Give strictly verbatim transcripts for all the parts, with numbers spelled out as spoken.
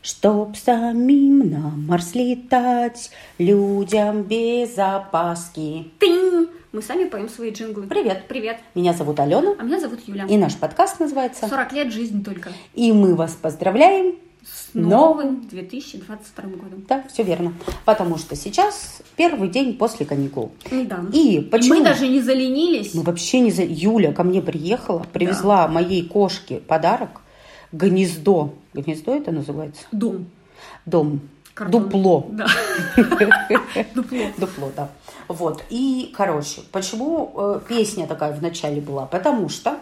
Чтоб самим на Марс летать, людям без опаски. Тынь! Мы сами поем свои джинглы. Привет. Привет. Меня зовут Алена. А меня зовут Юля. И наш подкаст называется сорок лет жизни только. И мы вас поздравляем с новым две тысячи двадцать вторым годом. Да, все верно. Потому что сейчас первый день после каникул. Да. И почему? И мы даже не заленились. Мы вообще не за... Юля ко мне приехала, привезла да. моей кошке подарок. Гнездо. Гнездо это называется? Дом. Дом. Картон. Дупло. Да. Дупло. Дупло, да. Вот. И, короче, почему э, песня такая в начале была? Потому что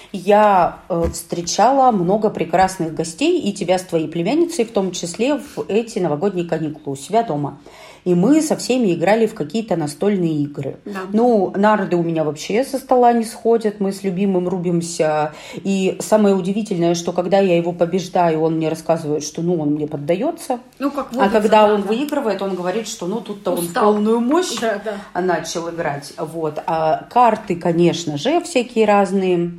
я э, встречала много прекрасных гостей, и тебя с твоей племянницей, в том числе, в эти новогодние каникулы у себя дома. И мы со всеми играли в какие-то настольные игры. Да. Ну, нарды у меня вообще со стола не сходят, мы с любимым рубимся. И самое удивительное, что когда я его побеждаю, он мне рассказывает, что ну, он мне поддается. Ну, как а когда да, он да. выигрывает, он говорит, что ну, тут-то он в Устал. полную мощь да, да. начал играть. Вот. А карты, конечно же, всякие разные.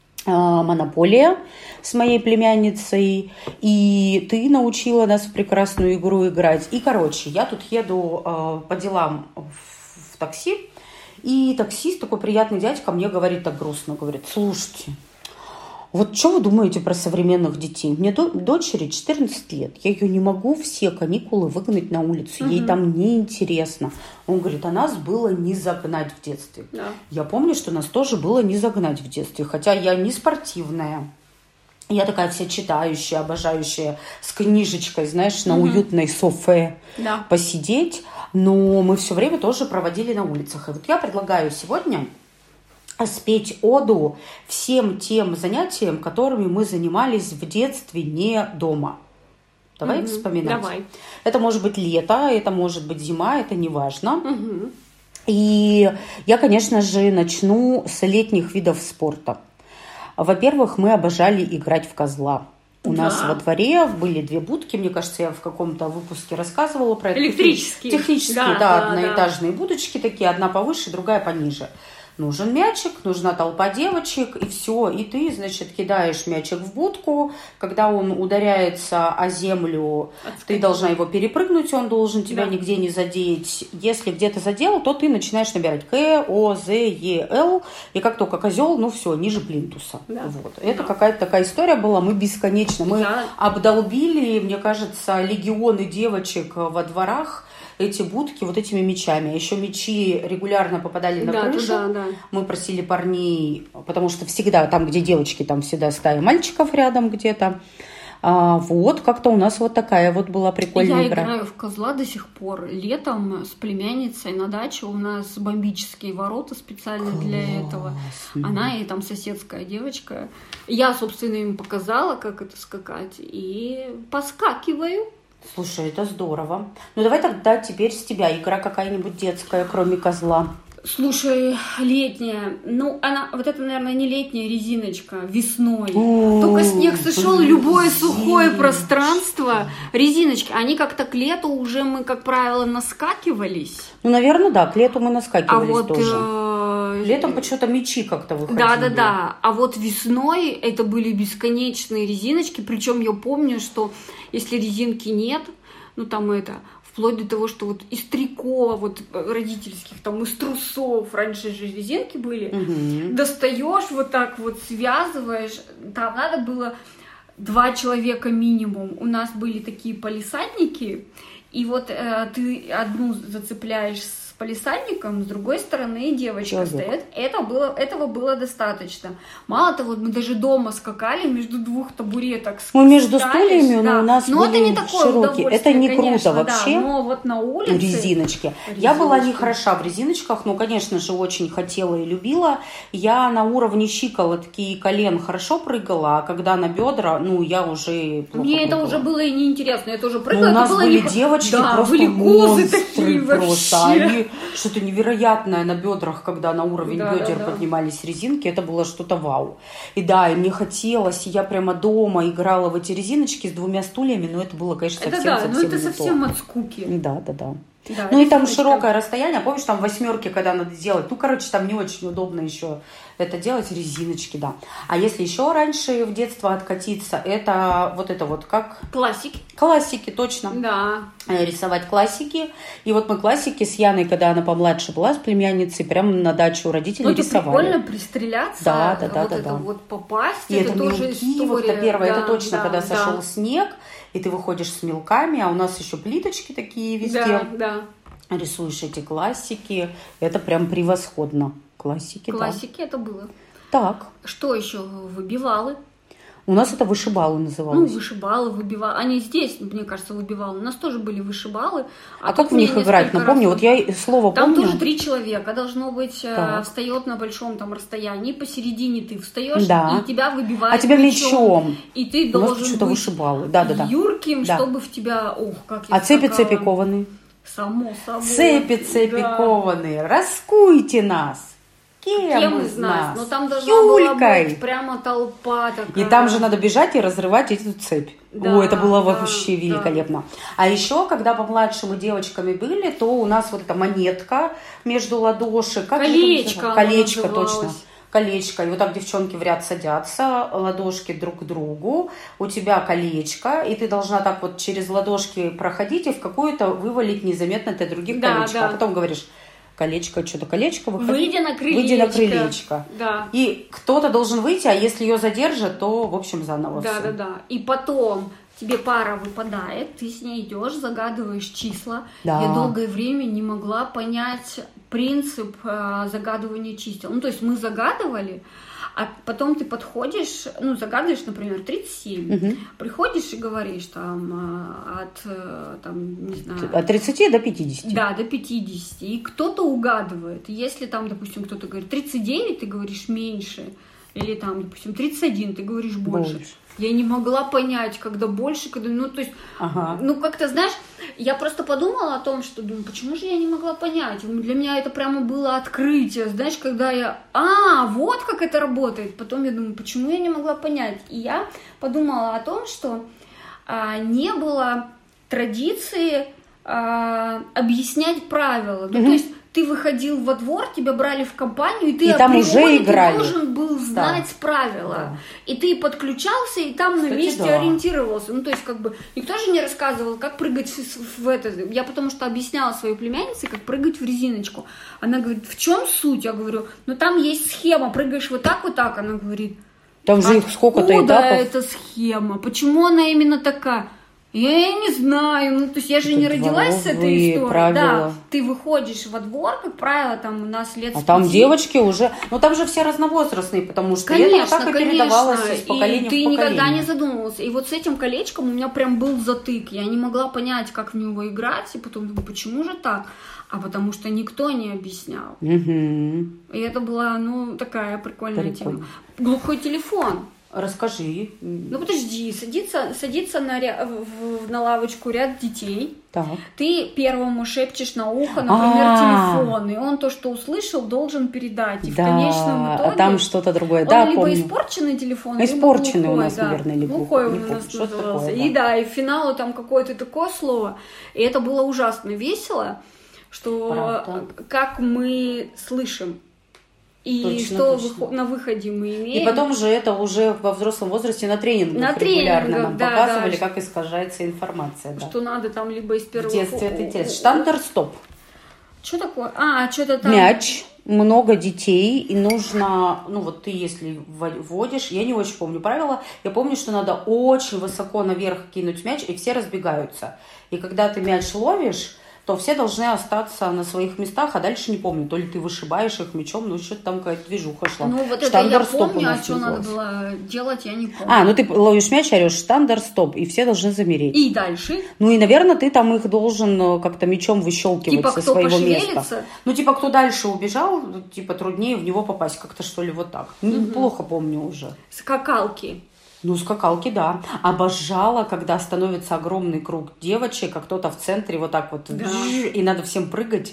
Монополия с моей племянницей, и ты научила нас в прекрасную игру играть. И, короче, я тут еду э, по делам в, в такси, и таксист, такой приятный дядька, мне говорит так грустно, говорит: слушайте, вот что вы думаете про современных детей? Мне до, дочери четырнадцать лет, я ее не могу все каникулы выгнать на улицу, ей mm-hmm. там неинтересно. Он говорит, а нас было не загнать в детстве. Да. Я помню, что нас тоже было не загнать в детстве, хотя я не спортивная. Я такая вся читающая, обожающая, с книжечкой, знаешь, на mm-hmm. уютной софе да. посидеть. Но мы все время тоже проводили на улицах. И вот я предлагаю сегодня спеть оду всем тем занятиям, которыми мы занимались в детстве не дома. Давай mm-hmm. вспоминать. Давай. Это может быть лето, это может быть зима, это не важно. Mm-hmm. И я, конечно же, начну с летних видов спорта. Во-первых, мы обожали играть в козла. У да. нас во дворе были две будки, мне кажется, я в каком-то выпуске рассказывала про это. Электрические. Технические, да, да, да одноэтажные да. будочки такие, одна повыше, другая пониже. Нужен мячик, нужна толпа девочек, и все. И ты, значит, кидаешь мячик в будку. Когда он ударяется о землю, Отскочить. Ты должна его перепрыгнуть, он должен тебя да. нигде не задеть. Если где-то задел, то ты начинаешь набирать К, О, З, Е, Л. И как только козел, ну все, ниже плинтуса. Да. Вот. Это да. какая-то такая история была. Мы бесконечно, мы да. обдолбили, мне кажется, легионы девочек во дворах. Эти будки вот этими мячами. Еще мячи регулярно попадали на да, крышу. Да, да. Мы просили парней, потому что всегда там, где девочки, там всегда стая мальчиков рядом где-то. А, вот, как-то у нас вот такая вот была прикольная Я игра. Я играю в козла до сих пор. Летом с племянницей на даче у нас бомбические ворота специально Класс. Для этого. Она и там соседская девочка. Я, собственно, им показала, как это скакать. И поскакиваю. Слушай, это здорово. Ну, давай тогда теперь с тебя игра какая-нибудь детская, кроме козла. Слушай, летняя. Ну, она, вот это, наверное, не летняя резиночка, весной. О, Только снег сошел, блин, любое резиночка. Сухое пространство. Резиночки. Они как-то к лету уже мы, как правило, наскакивались. Ну, наверное, да, к лету мы наскакивались а вот, тоже. Э... Летом почему-то мячи как-то выходили. Да-да-да. А вот весной это были бесконечные резиночки. Причем я помню, что если резинки нет, ну там это, вплоть до того, что вот из трико, вот родительских, там из трусов, раньше же резинки были, угу. достаешь вот так вот, связываешь, там надо было два человека минимум. У нас были такие палисадники, и вот э, ты одну зацепляешь с палисадником, с другой стороны девочка Человек. Стоит. Это было, этого было достаточно. Мало того, мы даже дома скакали между двух табуреток. Мы между стульями, да. но у нас но были это не такое широкие. Это не конечно, круто вообще. Да, но вот на улице... Резиночки. Я была не хороша в резиночках, но, конечно же, очень хотела и любила. Я на уровне щиколотки и колен хорошо прыгала, а когда на бедра, ну, я уже плохо Мне прыгала. Это уже было и неинтересно. Я тоже прыгала. Но у нас было были не... девочки да, просто были козы монстры такие просто. вообще. Они что-то невероятное на бедрах, когда на уровень да, бедер да, да. поднимались резинки, это было что-то вау. И да, и мне хотелось, и я прямо дома играла в эти резиночки с двумя стульями, но это было, конечно, это совсем, да, совсем но это не совсем то. от скуки. Да, да, да. Да, ну и там резиночка. широкое расстояние, помнишь, там восьмерки, когда надо сделать, ну, короче, там не очень удобно еще это делать, резиночки, да. А если еще раньше в детство откатиться, это вот это вот как... Классики. Классики, точно. Да. Рисовать классики. И вот мы классики с Яной, когда она помладше была, с племянницей, прямо на даче у родителей ну, это рисовали. Прикольно пристреляться, да, да, да, вот да, это да. вот попасть, и это, это тоже мелки, история. вот это первое, да, это точно, да, когда да. сошел снег, и ты выходишь с мелками, а у нас еще плиточки такие везде. Да, да. Рисуешь эти классики, это прям превосходно. Классики, Классики да. это было. Так. Что еще? Выбивалы. У нас это вышибалы Ну, называлось. вышибалы, выбивалы. Они здесь, мне кажется, выбивалы. У нас тоже были вышибалы. А, а как в них играть? Напомни, раз... вот я слово там помню. Там тоже три человека. Должно быть, так. встает на большом там расстоянии. Посередине ты встаешь, да. и тебя выбивают А тебя мечом. мечом. И ты у должен нас что-то быть вышибалы. Да, да, да. юрким, да. чтобы в тебя... Ох, как я А цепи скакала. цепи кованые? Само собой. Цепи цепи да. кованые. Раскуйте нас. Кем, Кем из из нас? нас? Но там должна Юлькой. была быть прямо толпа такая. И там же надо бежать и разрывать эту цепь. Да, О, это было да, вообще да. великолепно. А еще, когда помладше мы девочками были, то у нас вот эта монетка между ладошек. Как колечко. Колечко, точно. Колечко. И вот так девчонки в ряд садятся, ладошки друг к другу. У тебя колечко, и ты должна так вот через ладошки проходить и в какую-то вывалить незаметно ты других да, колечко. Да. А потом говоришь... Колечко, что-то колечко, выходи. Выйди на крылечко. Выйди на крылечко. Да. И кто-то должен выйти, а если ее задержат, то, в общем, заново Да, все. да, да. И потом тебе пара выпадает, ты с ней идешь, загадываешь числа. Да. Я долгое время не могла понять принцип э, загадывания чисел. Ну, то есть мы загадывали, а потом ты подходишь, ну, загадываешь, например, тридцать семь, угу. приходишь и говоришь там от, там, не знаю... От тридцати до пятидесяти. Да, до пятидесяти. И кто-то угадывает. Если там, допустим, кто-то говорит тридцать девять, ты говоришь меньше. Или там, допустим, тридцать один, ты говоришь больше. больше. Я не могла понять, когда больше, когда... Ну, то есть, ага. ну, как-то, знаешь, я просто подумала о том, что, думаю, почему же я не могла понять? Для меня это прямо было открытие, знаешь, когда я... А, вот как это работает. Потом я думаю, почему я не могла понять? И я подумала о том, что а, не было традиции а, объяснять правила. Ну, угу. то есть, ты выходил во двор, тебя брали в компанию, и ты и там уже играли. Ты должен был знать да. правила. Да. И ты подключался, и там Кстати, на месте да. ориентировался. Ну, то есть, как бы, никто же не рассказывал, как прыгать в, в это. Я потому что объясняла своей племяннице, как прыгать в резиночку. Она говорит, в чем суть? Я говорю, ну, там есть схема, прыгаешь вот так, вот так. Она говорит, там же их сколько-то этапов. Откуда эта схема? Почему она именно такая? Я не знаю, ну, то есть я же это не родилась с этой историей. Правила. Да, ты выходишь во двор, как правило, там у нас лет А с там пяти. девочки уже, ну там же все разновозрастные, потому что конечно, это так и передавалось из поколения и в ты поколение. никогда не задумывался. И вот с этим колечком у меня прям был затык. Я не могла понять, как в него играть, и потом думаю, почему же так? А потому что никто не объяснял. Угу. И это была, ну, такая прикольная Прикольно. тема. Глухой телефон. Расскажи. Ну подожди, садится, садится на, ря... в, на лавочку ряд детей. Так. Ты первому шепчешь на ухо, например, А-а-а. телефон, и он то, что услышал, должен передать. И да, в конечном итоге а там что-то другое. он Да, либо помню. испорченный телефон, испорченный либо глухой, у нас, да. наверное, или глухой. глухой. он у нас Что назывался. такое, да. И да, и в финалу там какое-то такое слово. И это было ужасно весело, что Правда. как мы слышим. И Точно, что точно. на выходе мы имеем. И потом же это уже во взрослом возрасте на тренингах на регулярно тренингах, нам да, показывали, да. как искажается информация. Да. Что надо там либо из первого... В детстве это интересно. Штандер-стоп. Что такое? А, что-то там... Мяч, много детей, и нужно, ну вот ты если вводишь, я не очень помню правила, я помню, что надо очень высоко наверх кинуть мяч, и все разбегаются. И когда ты мяч ловишь, то все должны остаться на своих местах, а дальше не помню, то ли ты вышибаешь их мячом, ну что-то там какая-то движуха шла. Ну вот это я Штандер-стоп у помню, а нас что надо назывался. было делать, я не помню. А, ну ты ловишь мяч, орешь штандер-стоп, и все должны замереть. И дальше? Ну и, наверное, ты там их должен как-то мячом выщелкивать типа, со кто своего пошевелится? места. Ну, типа, кто дальше убежал, типа, труднее в него попасть, как-то что ли вот так. Угу. Плохо помню уже. Скакалки. Ну, скакалки, да. Обожала, когда становится огромный круг девочек, а кто-то в центре вот так вот, да. и надо всем прыгать.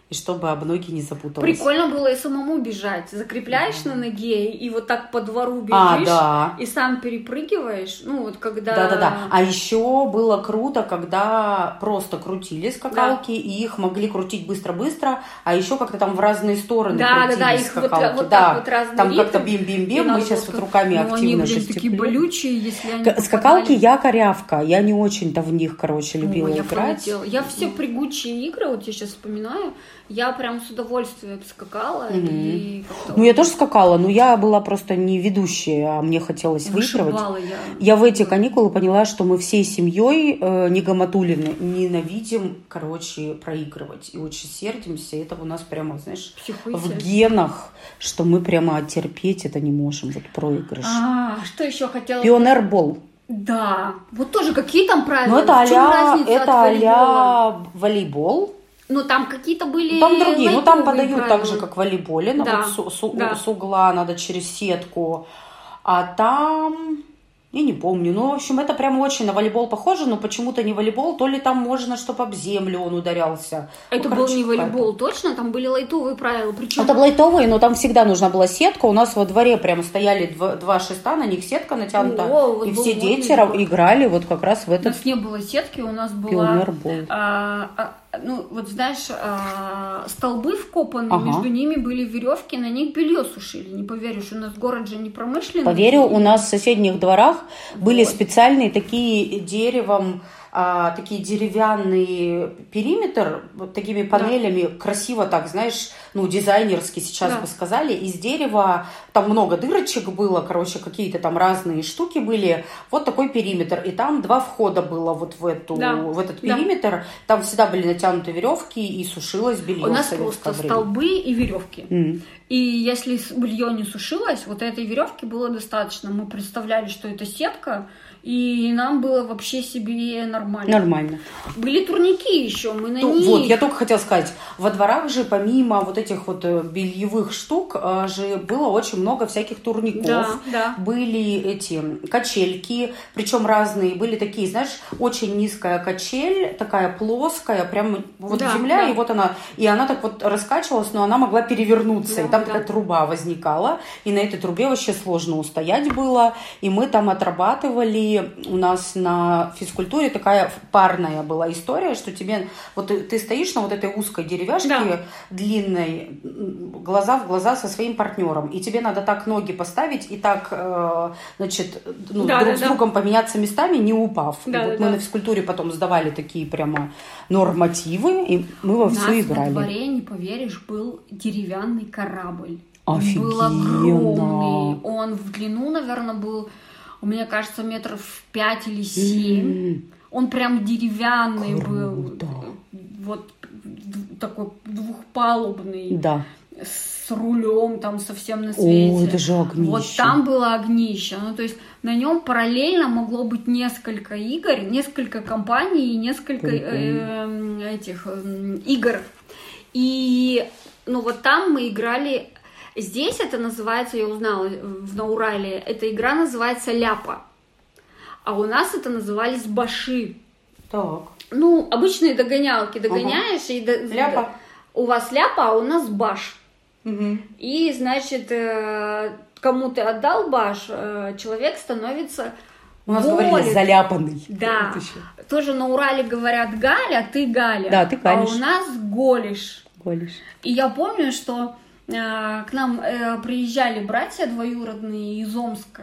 и чтобы об ноги не запуталась. Прикольно было и самому бежать. Закрепляешь на ноге и вот так по двору бежишь, а, да. и сам перепрыгиваешь. Ну, вот когда... Да-да-да. А еще было круто, когда просто крутили скакалки, да. и их могли крутить быстро-быстро, а еще как-то там в разные стороны да, крутили да, да, скакалки. Их вот, вот да, так вот разные там ритм, как-то бим-бим-бим, мы сейчас вот руками ну, активно они, блин, такие болючие, если они попадали. Скакалки я корявка, я не очень-то в них, короче, любила О, я играть. Фанатела. Я все прыгучие игры, вот я сейчас вспоминаю, я прям с удовольствием скакала. Mm-hmm. И ну, я тоже скакала, но я была просто не ведущая, а мне хотелось выигрывать. Я. я в эти каникулы поняла, что мы всей семьей э, не Гаматуллины ненавидим, короче, проигрывать. И очень сердимся. Это у нас прямо, знаешь, Психуйте. В генах, что мы прямо терпеть это не можем, вот проигрыш. А, что еще хотела? Пионербол. Да. Вот тоже какие там правила? Ну, это а-ля, это а-ля волейбол. Ну, там какие-то были... Там другие, ну, там подают правила. так же, как в волейболе. Да. Вот с, с, да. с угла надо через сетку. А там... Я не помню. Ну, в общем, это прям очень на волейбол похоже, но почему-то не волейбол. То ли там можно, чтобы об землю он ударялся. Это ну, был короче, не волейбол, точно? Там были лайтовые правила. Причем... Это лайтовые, но там всегда нужна была сетка. У нас во дворе прям стояли два, два шеста, на них сетка натянута. О, вот и все дети волейбол. играли вот как раз в этот... У нас не было сетки, у нас была... Пионербол. А, а, ну, вот знаешь, а, столбы вкопаны, ага. между ними были веревки, на них белье сушили. Не поверишь, у нас город же не промышленный. Поверю, у нас в соседних дворах вот. были специальные такие деревом, а, такие деревянный периметр, вот такими панелями, да. красиво так, знаешь, ну, дизайнерски сейчас да. бы сказали, из дерева, там много дырочек было, короче, какие-то там разные штуки были, вот такой периметр, и там два входа было вот в, эту, да. в этот периметр, да. там всегда были натянуты веревки и сушилось белье. У нас просто время. Столбы и веревки. Mm. И если белье не сушилось, вот этой веревки было достаточно. Мы представляли, что это сетка, и нам было вообще себе нормально. Нормально. Были турники еще, мы на То, них... Вот, я только хотела сказать, во дворах же помимо вот этих вот бельевых штук же было очень много всяких турников. Да, да. Были эти качельки, причем разные. Были такие, знаешь, очень низкая качель, такая плоская, прям вот да, земля, да. и вот она, и она так вот раскачивалась, но она могла перевернуться, да, и там да. такая труба возникала, и на этой трубе вообще сложно устоять было, и мы там отрабатывали. У нас на физкультуре такая парная была история, что тебе вот ты, ты стоишь на вот этой узкой деревяшке да. длинной, глаза в глаза со своим партнером, и тебе надо так ноги поставить и так, э, значит, ну, да, друг да, с да. другом поменяться местами, не упав. Да, вот да, мы да. на физкультуре потом сдавали такие прямо нормативы, и мы во все играли. У нас во дворе, не поверишь, был деревянный корабль. Офигенно. Он был огромный. Он в длину, наверное, был... Мне кажется, метров пять или семь. Mm. Он прям деревянный Круто. Был. Вот такой двухпалубный. Да. С рулем там совсем на свете. О, это же огнище. Вот там было огнище. Ну, то есть на нем параллельно могло быть несколько игр, несколько компаний, несколько э, этих э, игр. И ну вот там мы играли... Здесь это называется, я узнала на Урале, эта игра называется ляпа. А у нас это назывались баши. Так. Ну, обычные догонялки. Догоняешь ага. и... До... Ляпа. У вас ляпа, а у нас баш. Угу. И, значит, кому ты отдал баш, человек становится... У нас голит. Говорили заляпанный. Да. Тоже на Урале говорят Галя, ты Галя. Да, ты галишь. А у нас голишь. Голишь. И я помню, что к нам приезжали братья двоюродные из Омска,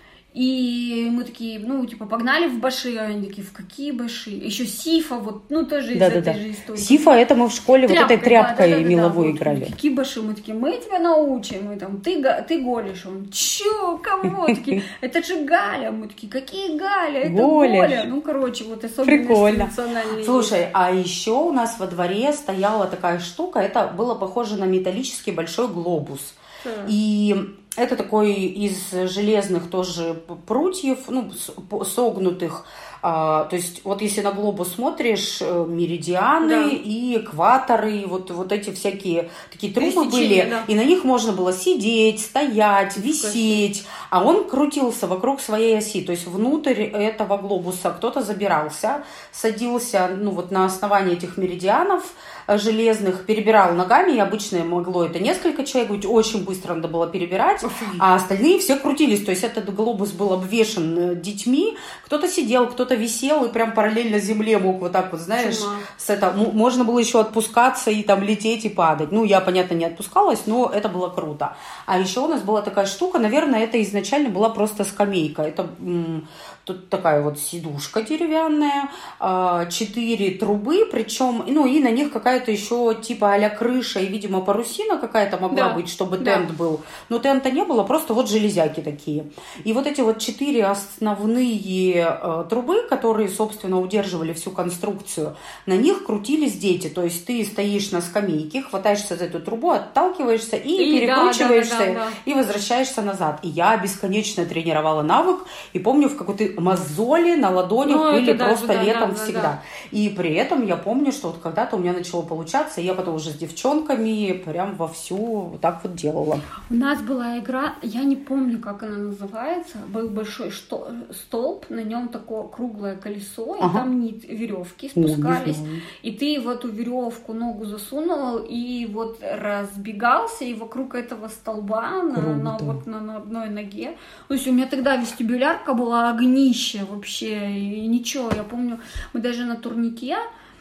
и мы такие, ну, типа, погнали в баши, а они такие, в какие баши? Еще Сифа, вот, ну, тоже из да, этой да, же да. истории. Сифа, это мы в школе тряпкой, вот этой тряпкой да, да, да, меловой да, играли. Вот, какие баши? Мы такие, мы тебя научим, и там, ты, ты голишь. Он, чё, кого? Такие, это же Галя. Мы такие, какие Галя? Это Голя. Ну, короче, вот особенности национальные. Слушай, а еще у нас во дворе стояла такая штука, это было похоже на металлический большой глобус. И это такой из железных тоже прутьев, ну, согнутых. А, то есть вот если на глобус смотришь, меридианы да. и экваторы, вот, вот эти всякие такие трубы были, да. и на них можно было сидеть, стоять, висеть, а он крутился вокруг своей оси, то есть внутрь этого глобуса кто-то забирался, садился ну, вот на основании этих меридианов железных, перебирал ногами, и обычно могло это несколько человек быть, очень быстро надо было перебирать, а остальные все крутились, то есть этот глобус был обвешен детьми, кто-то сидел, кто-то висел и прям параллельно земле мог вот так вот, знаешь, с это, можно было еще отпускаться и там лететь и падать. Ну, я, понятно, не отпускалась, но это было круто. А еще у нас была такая штука, наверное, это изначально была просто скамейка. Это м- тут такая вот сидушка деревянная, четыре трубы, причем, ну, и на них какая-то еще типа а-ля крыша и, видимо, парусина какая-то могла да. быть, чтобы да. тент был. Но тента не было, просто вот железяки такие. И вот эти вот четыре основные э, трубы, которые, собственно, удерживали всю конструкцию, на них крутились дети. То есть ты стоишь на скамейке, хватаешься за эту трубу, отталкиваешься и, и перекручиваешься, да, да, да, да, да. и возвращаешься назад. И я бесконечно тренировала навык, и помню, в какой-то мозоли на ладонях ну, были да, просто да, летом да, всегда. Да. И при этом я помню, что вот когда-то у меня начало получаться, и я потом уже с девчонками прям вовсю вот так вот делала. У нас была игра, я не помню, как она называется, был большой что- столб, на нем такое круглое колесо, ага. и там нить веревки спускались, О, и ты в эту веревку ногу засунул, и вот разбегался, и вокруг этого столба на, на, вот, на, на одной ноге. То есть у меня тогда вестибулярка была огнище вообще, и ничего, я помню, мы даже на турнике,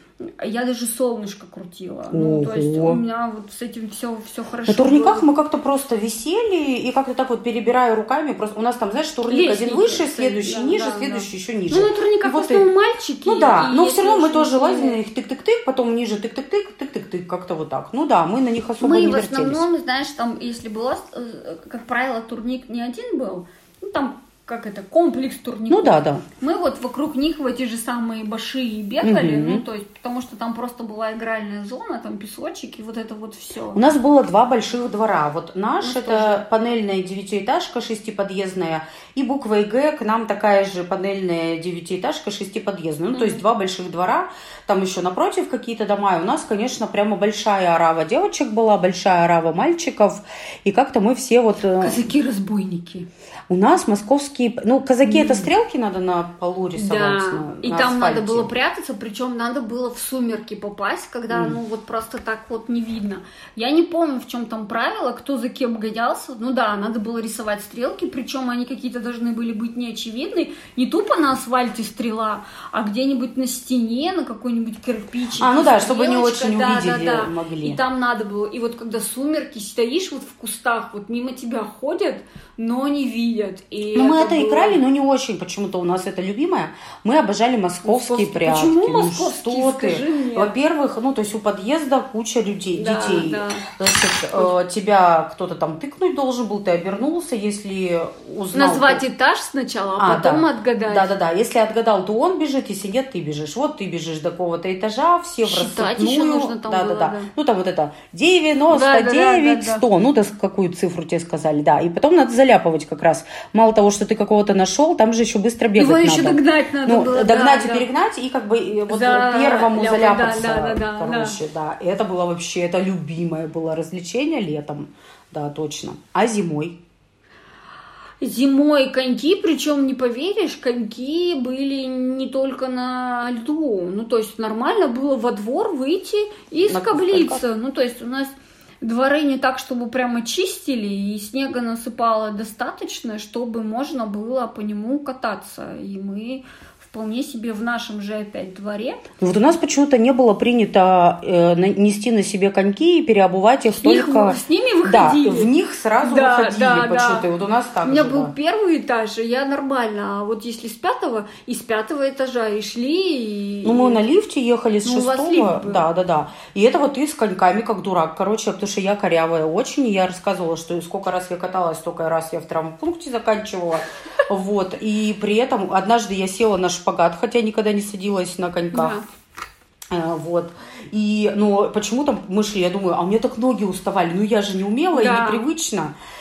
я даже солнышко крутила. Ого. Ну, то есть у меня вот с этим все, все хорошо. На турниках было. Мы как-то просто висели и как-то так вот перебирая руками. Просто у нас там, знаешь, турник Лестники, один выше, следующий да, ниже, да, следующий да. еще ниже. Ну, на турниках вот в основном и... мальчики. Ну да, но все равно мы тоже лазили на них тык-тык-тык, потом ниже тык-тык-тык, тык-тык-тык, как-то вот так. Ну да, мы на них особо мы не вертелись. Мы в основном, знаешь, там, если было, как правило, турник не один был, ну там как это, комплекс турников. Ну да, да. Мы вот вокруг них в эти же самые баши бегали, угу. ну то есть, потому что там просто была игральная зона, там песочек и вот это вот все. У нас было два больших двора. Вот наш, это тоже. Панельная девятиэтажка шестиподъездная, и буквой Г к нам такая же панельная девятиэтажка шестиподъездная. Ну, угу. то есть два больших двора, там еще напротив какие-то дома. И у нас, конечно, прямо большая орава девочек была, большая орава мальчиков, и как-то мы все вот... Казаки-разбойники. У нас московские... Ну, казаки mm. это стрелки надо на полу рисовать. Да, на, и на там асфальте. Надо было прятаться, причем надо было в сумерки попасть, когда, mm. ну, вот просто так вот не видно. Я не помню, в чем там правило, кто за кем гонялся. Ну да, надо было рисовать стрелки, причем они какие-то должны были быть неочевидны. Не тупо на асфальте стрела, а где-нибудь на стене, на какой-нибудь кирпичик. А, ну да, чтобы не очень да, увидели да, да. могли. И там надо было. И вот когда сумерки, стоишь вот в кустах, вот мимо тебя ходят, но не видят. И ну, мы это было... играли, но не очень. Почему-то у нас это любимое. Мы обожали московские Московские. прятки. Почему ну, московские, что скажи ты? мне. Во-первых, ну, то есть у подъезда куча людей, да, детей. Да. Значит, э, тебя кто-то там тыкнуть должен был, ты обернулся, если узнал... Назвать то... этаж сначала, а, а потом да. отгадать. Да-да-да. Если отгадал, то он бежит, если нет, ты бежишь. Вот ты бежишь до какого-то этажа, все в рассыпную. Считать еще нужно там да, было, да, да. да. Ну, там вот это девяносто девять, да, да, да, да, сто. Ну, да, какую цифру тебе сказали, да. И потом надо заляпывать как раз. Мало того, что ты какого-то нашел, там же еще быстро бегать Его надо. еще догнать надо ну, было. Догнать да, и перегнать, и как бы вот За... первому Ля... заляпаться. Да, да, да, короче, да. да. И это было вообще, это любимое было развлечение летом. Да, точно. А зимой? Зимой коньки, причем, не поверишь, коньки были не только на льду. Ну, то есть нормально было во двор выйти и скоблиться. Ну, то есть у нас... Дворы не так, чтобы прямо чистили, и снега насыпало достаточно, чтобы можно было по нему кататься. И мы вполне себе в нашем же опять дворе. Вот у нас почему-то не было принято э, нести на себе коньки и переобувать их с только... Них, с ними выходили. Да, в них сразу да, выходили да, почему-то. Да. И вот у нас так У меня же, был да. первый этаж, и я нормально. А вот если с пятого, и с пятого этажа и шли... И... Ну, мы на лифте ехали с ну, шестого. Да, да, да. И это вот ты с коньками как дурак. Короче, потому что я корявая очень. И я рассказывала, что сколько раз я каталась, столько раз я в травмпункте заканчивала. Вот. И при этом однажды я села на шпагат, хотя никогда не садилась на коньках. Да. Вот. И, ну, почему-то мы шли, я думаю, а у меня так ноги уставали. Ну, я же не умела да. и непривычно.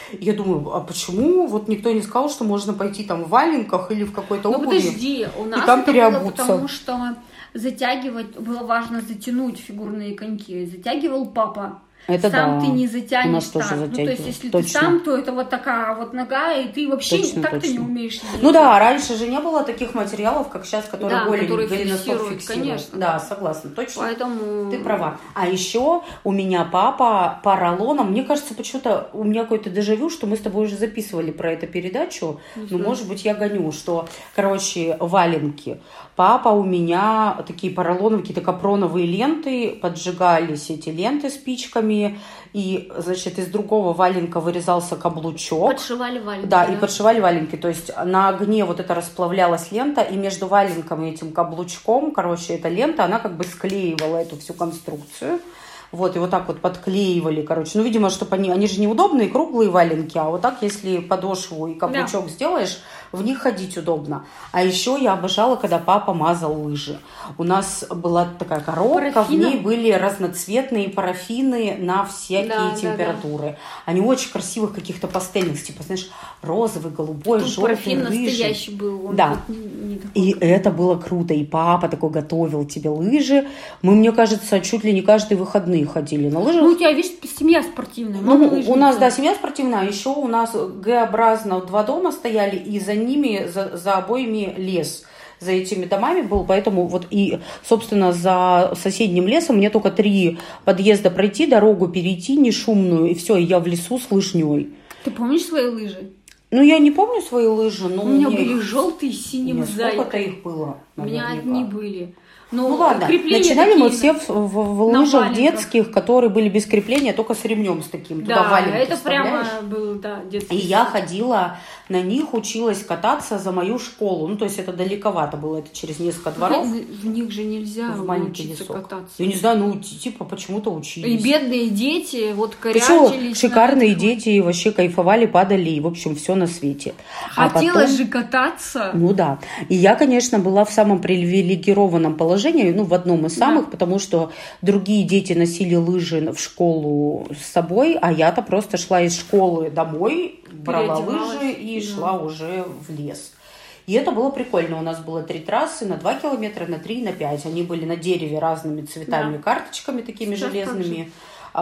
Я думаю, а почему вот никто не сказал, что можно пойти там в валенках или в какой-то ну, обуви подожди, у нас и там это переобуться? было потому, что затягивать, было важно затянуть фигурные коньки. Затягивал папа. Это сам да. ты не затянешь У нас тоже так. Ну, то есть, если точно. ты сам, то это вот такая вот нога, и ты вообще Точно, так-то точно. не умеешь делать. Ну да, раньше же не было таких материалов, как сейчас, которые Да, голень, которые голеностоп фиксируют, фиксируют. конечно. Да, согласна, точно. Поэтому... Ты права. А еще у меня папа поролоном, мне кажется, почему-то у меня какое-то дежавю, что мы с тобой уже записывали про эту передачу, но, может быть, я гоню, что, короче, валенки. Папа у меня такие поролоновые, какие-то капроновые ленты, поджигались эти ленты спичками, и, значит, из другого валенка вырезался каблучок. Подшивали валенки. Да, да, и подшивали валенки. То есть на огне вот это расплавлялась лента, и между валенком и этим каблучком, короче, эта лента, она как бы склеивала эту всю конструкцию. Вот, и вот так вот подклеивали, короче. Ну, видимо, чтобы они... Они же неудобные, круглые валенки, а вот так, если подошву и каблучок да. сделаешь, в них ходить удобно. А еще я обожала, когда папа мазал лыжи. У нас была такая коробка, парафином? В ней были разноцветные парафины на всякие да, температуры. Да, да. Они очень красивых каких-то пастельных, типа, знаешь, розовый, голубой, тут желтый, парафин рыжий. настоящий был. Он да. не, не такой. И это было круто. И папа такой готовил тебе лыжи. Мы, мне кажется, чуть ли не каждые выходные ходили на лыжах. Ну, у тебя, видишь, семья спортивная. Ну, у нас, да, семья спортивная. А еще у нас Г-образно два дома стояли, и за ними, за, за обоими лес. За этими домами был, поэтому вот и, собственно, за соседним лесом мне только три подъезда пройти, дорогу перейти не шумную, и все, и я в лесу с лыжней. Ты помнишь свои лыжи? Ну, я не помню свои лыжи, но... У меня мне были их... желтые с синим зайкой. Сколько-то их было? У меня одни были. Но ну ладно, начинали мы все в, в, в лыжах валенках. Детских, которые были без крепления, только с ремнем с таким. Да, туда валенки это вставляешь. Прямо был, да, детский. И я ходила на них, училась кататься за мою школу. Ну, то есть это далековато было, это через несколько дворов. В них же нельзя в маленький учиться лесок. Кататься. Я не знаю, ну, типа, почему-то учились. И бедные дети вот Ты корячились. что, шикарные дети, вообще кайфовали, падали, и, в общем, все на свете. Хотелось а потом... же кататься. Ну да. И я, конечно, была в самом привилегированном положении, ну, в одном из самых, да. Потому что другие дети носили лыжи в школу с собой, а я-то просто шла из школы домой, брала лыжи и да. шла уже в лес. И это было прикольно. У нас было три трассы на два километра, на три, на пять. Они были на дереве разными цветами, да. карточками такими сейчас железными,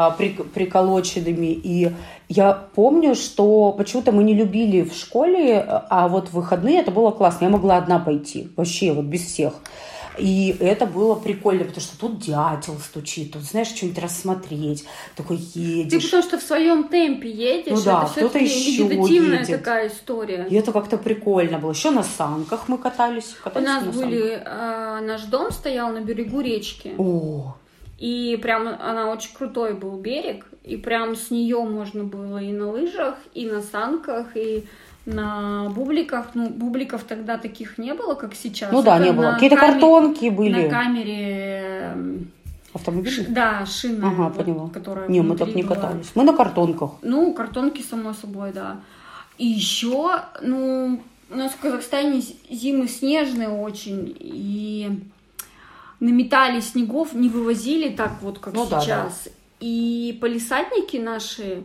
приколоченными. И я помню, что почему-то мы не любили в школе, а вот в выходные это было классно. Я могла одна пойти, вообще вот без всех. И это было прикольно, потому что тут дятел стучит, тут, знаешь, что-нибудь рассмотреть, такой едешь. Ты потому что в своем темпе едешь, ну, да, это все-таки медитативная едет. Такая история. И это как-то прикольно было. Еще на санках мы катались. катались У нас были, э, наш дом стоял на берегу речки. О. И прям она очень крутой был берег, и прям с нее можно было и на лыжах, и на санках, и на бубликах. Ну, бубликов тогда таких не было, как сейчас. Ну да, это не было. Какие-то камере, картонки были. На камере... Автомобиля? Ш, да, шина. Ага, вот, поняла. Которая не, мы так не была. катались. Мы на картонках. Ну, картонки, само собой, да. И еще, ну, у нас в Казахстане зимы снежные очень, и наметали снегов, не вывозили так вот, как ну, сейчас. Да, да. И палисадники наши...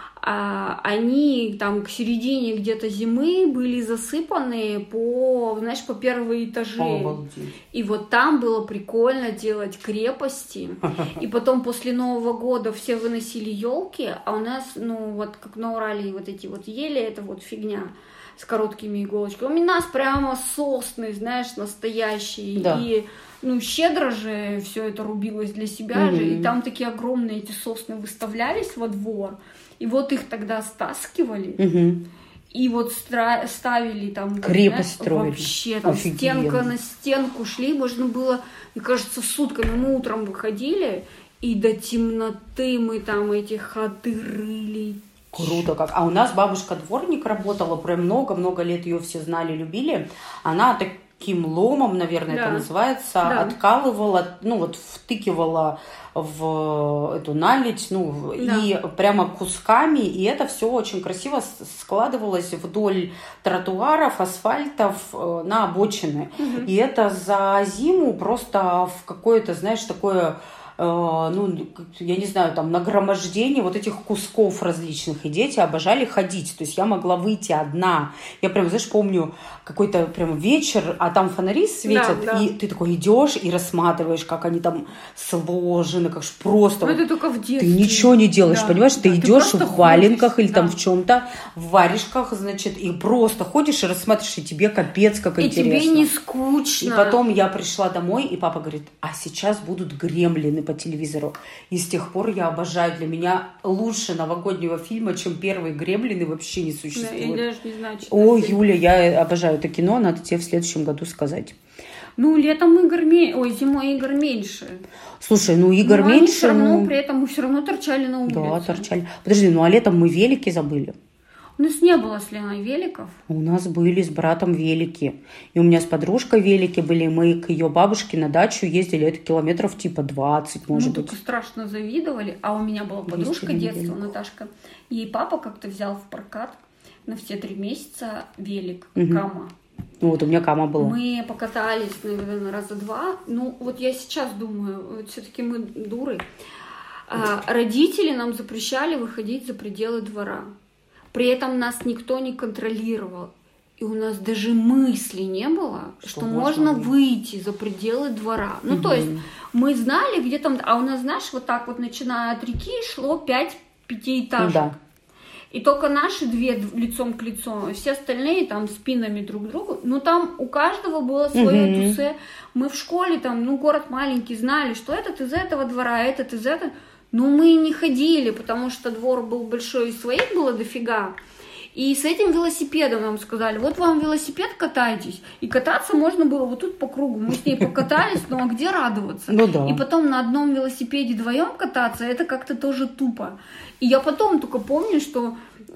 А, они там к середине где-то зимы были засыпаны по, знаешь, по первые этажи. Обалдеть. И вот там было прикольно делать крепости. И потом после Нового года все выносили елки, а у нас, ну, вот как на Урале вот эти вот ели, это вот фигня с короткими иголочками. У нас прямо сосны, знаешь, настоящие. Да. И ну, щедро же все это рубилось для себя mm-hmm. же. И там такие огромные эти сосны выставлялись во двор. И вот их тогда стаскивали, угу. и вот стра- ставили там... Крепость строили. Вообще, там офигенно. Стенка на стенку шли, можно было, мне кажется, сутками. Мы утром выходили, и до темноты мы там эти ходы рыли. Круто как. А у нас бабушка дворник работала, прям много-много лет ее все знали, любили. Она таким ломом, наверное, да. это называется, да. откалывала, ну вот втыкивала в эту наледь, ну, да. и прямо кусками, и это все очень красиво складывалось вдоль тротуаров, асфальтов на обочины. Угу. И это за зиму просто в какое-то, знаешь, такое ну, я не знаю, там, нагромождение вот этих кусков различных, и дети обожали ходить. То есть я могла выйти одна. Я прям, знаешь, помню какой-то прям вечер, а там фонари светят, да, да. и ты такой идешь и рассматриваешь, как они там сложены, как ж просто. Ну, это только в детстве. Ты ничего не делаешь, да, понимаешь? да, ты идешь ты в валенках ходишь, или да. там в чем-то, в варежках, значит, и просто ходишь и рассматриваешь, и тебе капец, как и интересно. И тебе не скучно. И потом я пришла домой, и папа говорит, а сейчас будут гремлины по телевизору. И с тех пор я обожаю. Для меня лучше новогоднего фильма, чем первые гремлины, вообще не существует. Да, я даже не знаю, что О, это. Юля, я обожаю это кино, надо тебе в следующем году сказать. Ну, летом игр меньше, ой, зимой игр меньше. Слушай, ну игр Но меньше. Они все равно, ну... при этом мы все равно торчали на улице. Да, торчали. Подожди, ну а летом мы велики забыли. У нас не было с Леной великов. У нас были с братом велики. И у меня с подружкой велики были. Мы к ее бабушке на дачу ездили. Это километров типа двадцать, может мы быть. Мы только страшно завидовали. А у меня была подружка детства, Наташка. Ей папа как-то взял в прокат на все три месяца велик, угу. Кама. Ну вот у меня Кама была. Мы покатались, наверное, раза два. Ну вот я сейчас думаю, вот все-таки мы дуры. А, родители нам запрещали выходить за пределы двора. При этом нас никто не контролировал. И у нас даже мысли не было, что, что можно выйти за пределы двора. Ну, угу. То есть мы знали, где там... А у нас, знаешь, вот так вот, начиная от реки, шло пять пятиэтажек. Да. И только наши две лицом к лицу, все остальные там спинами друг к другу. Ну, там у каждого было свое угу. тусе. Мы в школе, там, ну, город маленький, знали, что этот из этого двора, этот из этого... Но мы не ходили, потому что двор был большой, и своих было дофига. И с этим велосипедом нам сказали, вот вам велосипед, катайтесь. И кататься можно было вот тут по кругу. Мы с ней покатались, ну а где радоваться? Ну, да. И потом на одном велосипеде вдвоем кататься, это как-то тоже тупо. И я потом только помню, что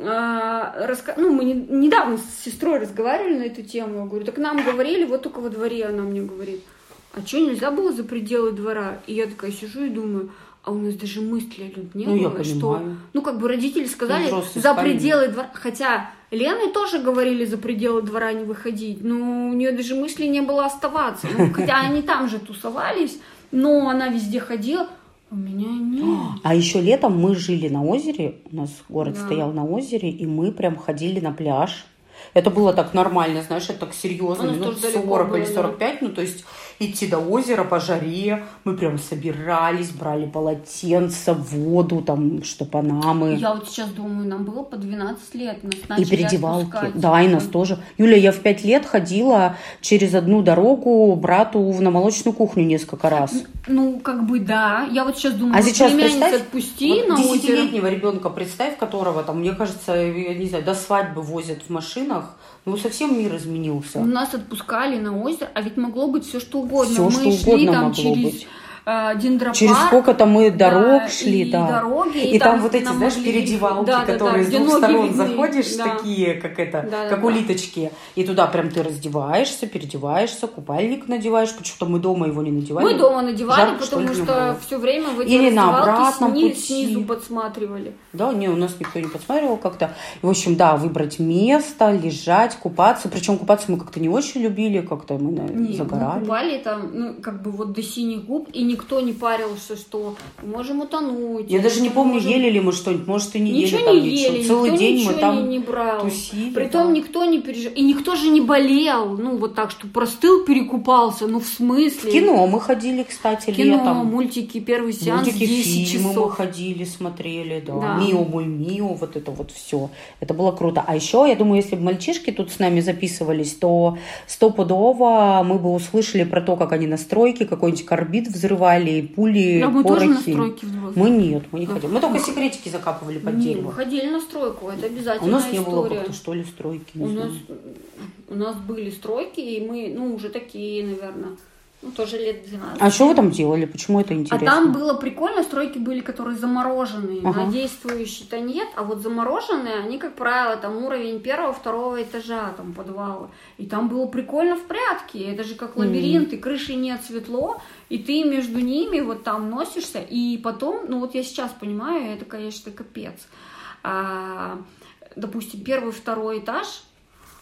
э, раска... ну, мы не... недавно с сестрой разговаривали на эту тему. Я говорю, так нам говорили, вот только во дворе она мне говорит, а что, нельзя было за пределы двора? И я такая сижу и думаю... А у нас даже мысли не ну, было, что... Ну, как бы родители сказали, ну, за пределы двора... Хотя Лене тоже говорили за пределы двора не выходить, но у нее даже мысли не было оставаться. Ну, хотя они там же тусовались, но она везде ходила. У меня нет. А еще летом мы жили на озере, у нас город да. стоял на озере, и мы прям ходили на пляж. Это было так нормально, знаешь, это так серьезно, минут сорок было, или сорок пять, да. Ну, то есть идти до озера по жаре, мы прям собирались, брали полотенца, воду, там, штопанамы. Я вот сейчас думаю, нам было по двенадцать лет, нас и переодевалки, отпускать. Да, и нас тоже. Юля, я в пять лет ходила через одну дорогу брату на молочную кухню несколько раз. Ну, как бы да, я вот сейчас думаю, а сейчас представь, отпусти вот на озеро. десятилетнего ребенка, представь, которого там, мне кажется, я не знаю, до свадьбы возят в машинах. Ну, совсем мир изменился. Нас отпускали на озеро, а ведь могло быть все что угодно. Все, мы что шли угодно там могло через быть. Э, Дендропарк. Через сколько-то мы дорог да, шли, и да. Дороги, и, и там, там вот эти, знаешь, могли... передевалки, да, которые да, да, с двух сторон видны. заходишь, да. такие, как это, да, как да, улиточки. И туда прям ты раздеваешься, переодеваешься, купальник надеваешь. Почему-то мы дома его не надевали. Мы дома надевали, Жарко, потому что, что все время в эти Или на раздевалки обратном сни... пути. снизу подсматривали. Да, не, у нас никто не подсматривал как-то. И, в общем, да, выбрать место, лежать, купаться. Причем купаться мы как-то не очень любили, как-то мы не, загорали. Мы купали там, ну, как бы вот до синих губ, и никто не парился, что мы можем утонуть. Я даже не помню, можем... ели ли мы что-нибудь, может, и не ничего ели там не ели, ничего. Целый день мы там не, не брал. тусили. Притом да. никто не переживал. И никто же не болел, ну, вот так, что простыл, перекупался, ну, в смысле. В кино мы ходили, кстати, кино, летом. мультики, первый сеанс, мультики, десять фильмы часов. мы ходили, смотрели, да. да. Мио, мой Мио, вот это вот все. Это было круто. А еще, я думаю, если бы мальчишки тут с нами записывались, то стопудово мы бы услышали про то, как они на стройке какой-нибудь карбид взрывали, пули, да, мы порохи. тоже на стройке взрывали. Мы нет, мы не ходили. Мы только секретики закапывали под дерево. Мы ходили на стройку, это обязательно. У нас история. не было как-то, что ли, стройки. У нас, у нас были стройки, и мы, ну, уже такие, наверное, ну, тоже лет двенадцать. А что вы там делали? Почему это интересно? А там было прикольно, стройки были, которые замороженные, ага. на действующие-то нет, а вот замороженные, они, как правило, там уровень первого, второго этажа, там, подвала. И там было прикольно в прятки, это же как лабиринт, mm-hmm. и крыши нет, светло, и ты между ними вот там носишься, и потом, ну, вот я сейчас понимаю, это, конечно, капец. А, допустим, первый, второй этаж,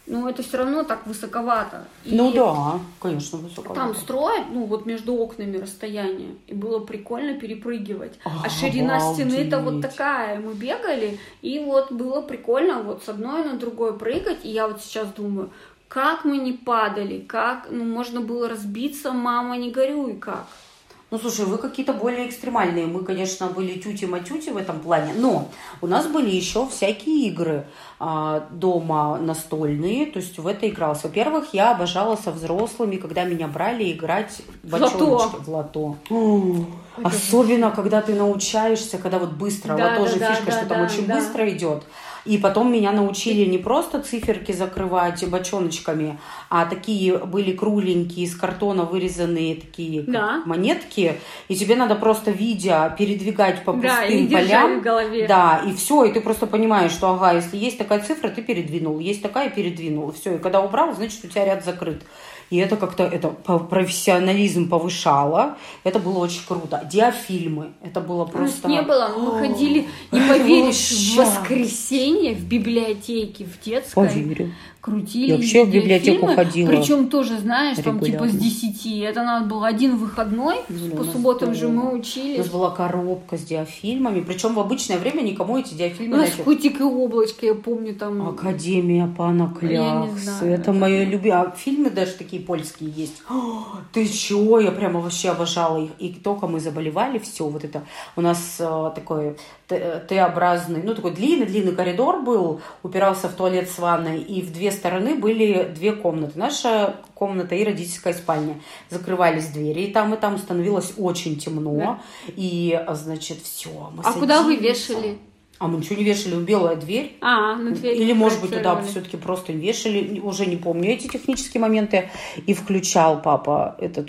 но это все равно так высоковато. И ну да, конечно, высоковато. Там строят, ну вот между окнами расстояние, и было прикольно перепрыгивать. А, а ширина стены-то вот такая, мы бегали, и вот было прикольно вот с одной на другой прыгать, и я вот сейчас думаю, как мы не падали, как, ну можно было разбиться, мама, не горюй, как. Ну, слушай, вы какие-то более экстремальные. Мы, конечно, были тюти-матюти в этом плане, но у нас были еще всякие игры а, дома настольные, то есть в это игралось. Во-первых, я обожала со взрослыми, когда меня брали играть в бочоночки. В лото. О, особенно, когда ты научаешься, когда вот быстро, да, лото да, же да, фишка, да, что да, там очень да. быстро идет. И потом меня научили не просто циферки закрывать бочоночками, а такие были кругленькие, из картона вырезанные такие да. монетки. И тебе надо просто, видя, передвигать по да, пустым и полям. В голове. Да, и все, и ты просто понимаешь, что ага, если есть такая цифра, ты передвинул, есть такая, передвинул. Все, и когда убрал, значит, у тебя ряд закрыт. И это как-то это профессионализм повышало. Это было очень круто. Диафильмы. Это было просто... У нас не было. Мы ходили, не поверишь, в воскресенье в библиотеке, в детской. Поверю. Крутили. Я вообще в библиотеку ходила. Причем тоже, знаешь, там регулярно. типа с десяти. Это надо было один выходной. Ну, по субботам было. же мы учились. У нас была коробка с диафильмами. Причем в обычное время никому эти диафильмы... У нас нафиг. Котик и облачко, я помню там. Академия Пана Кляксы. Это, это мое любимое. А фильмы даже такие польские есть. О, ты чё? Я прямо вообще обожала их. И только мы заболевали, все вот это. У нас э, такой Т-образный, ну такой длинный-длинный коридор был, упирался в туалет с ванной, и в две стороны были две комнаты. Наша комната и родительская спальня. Закрывались двери, и там, и там становилось очень темно. Да. И, значит, все. Мы а садимся. Куда вы вешали? А мы ничего не вешали, белая дверь. А, на дверь. Или, может быть, туда все-таки просто вешали, уже не помню эти технические моменты. И включал папа этот,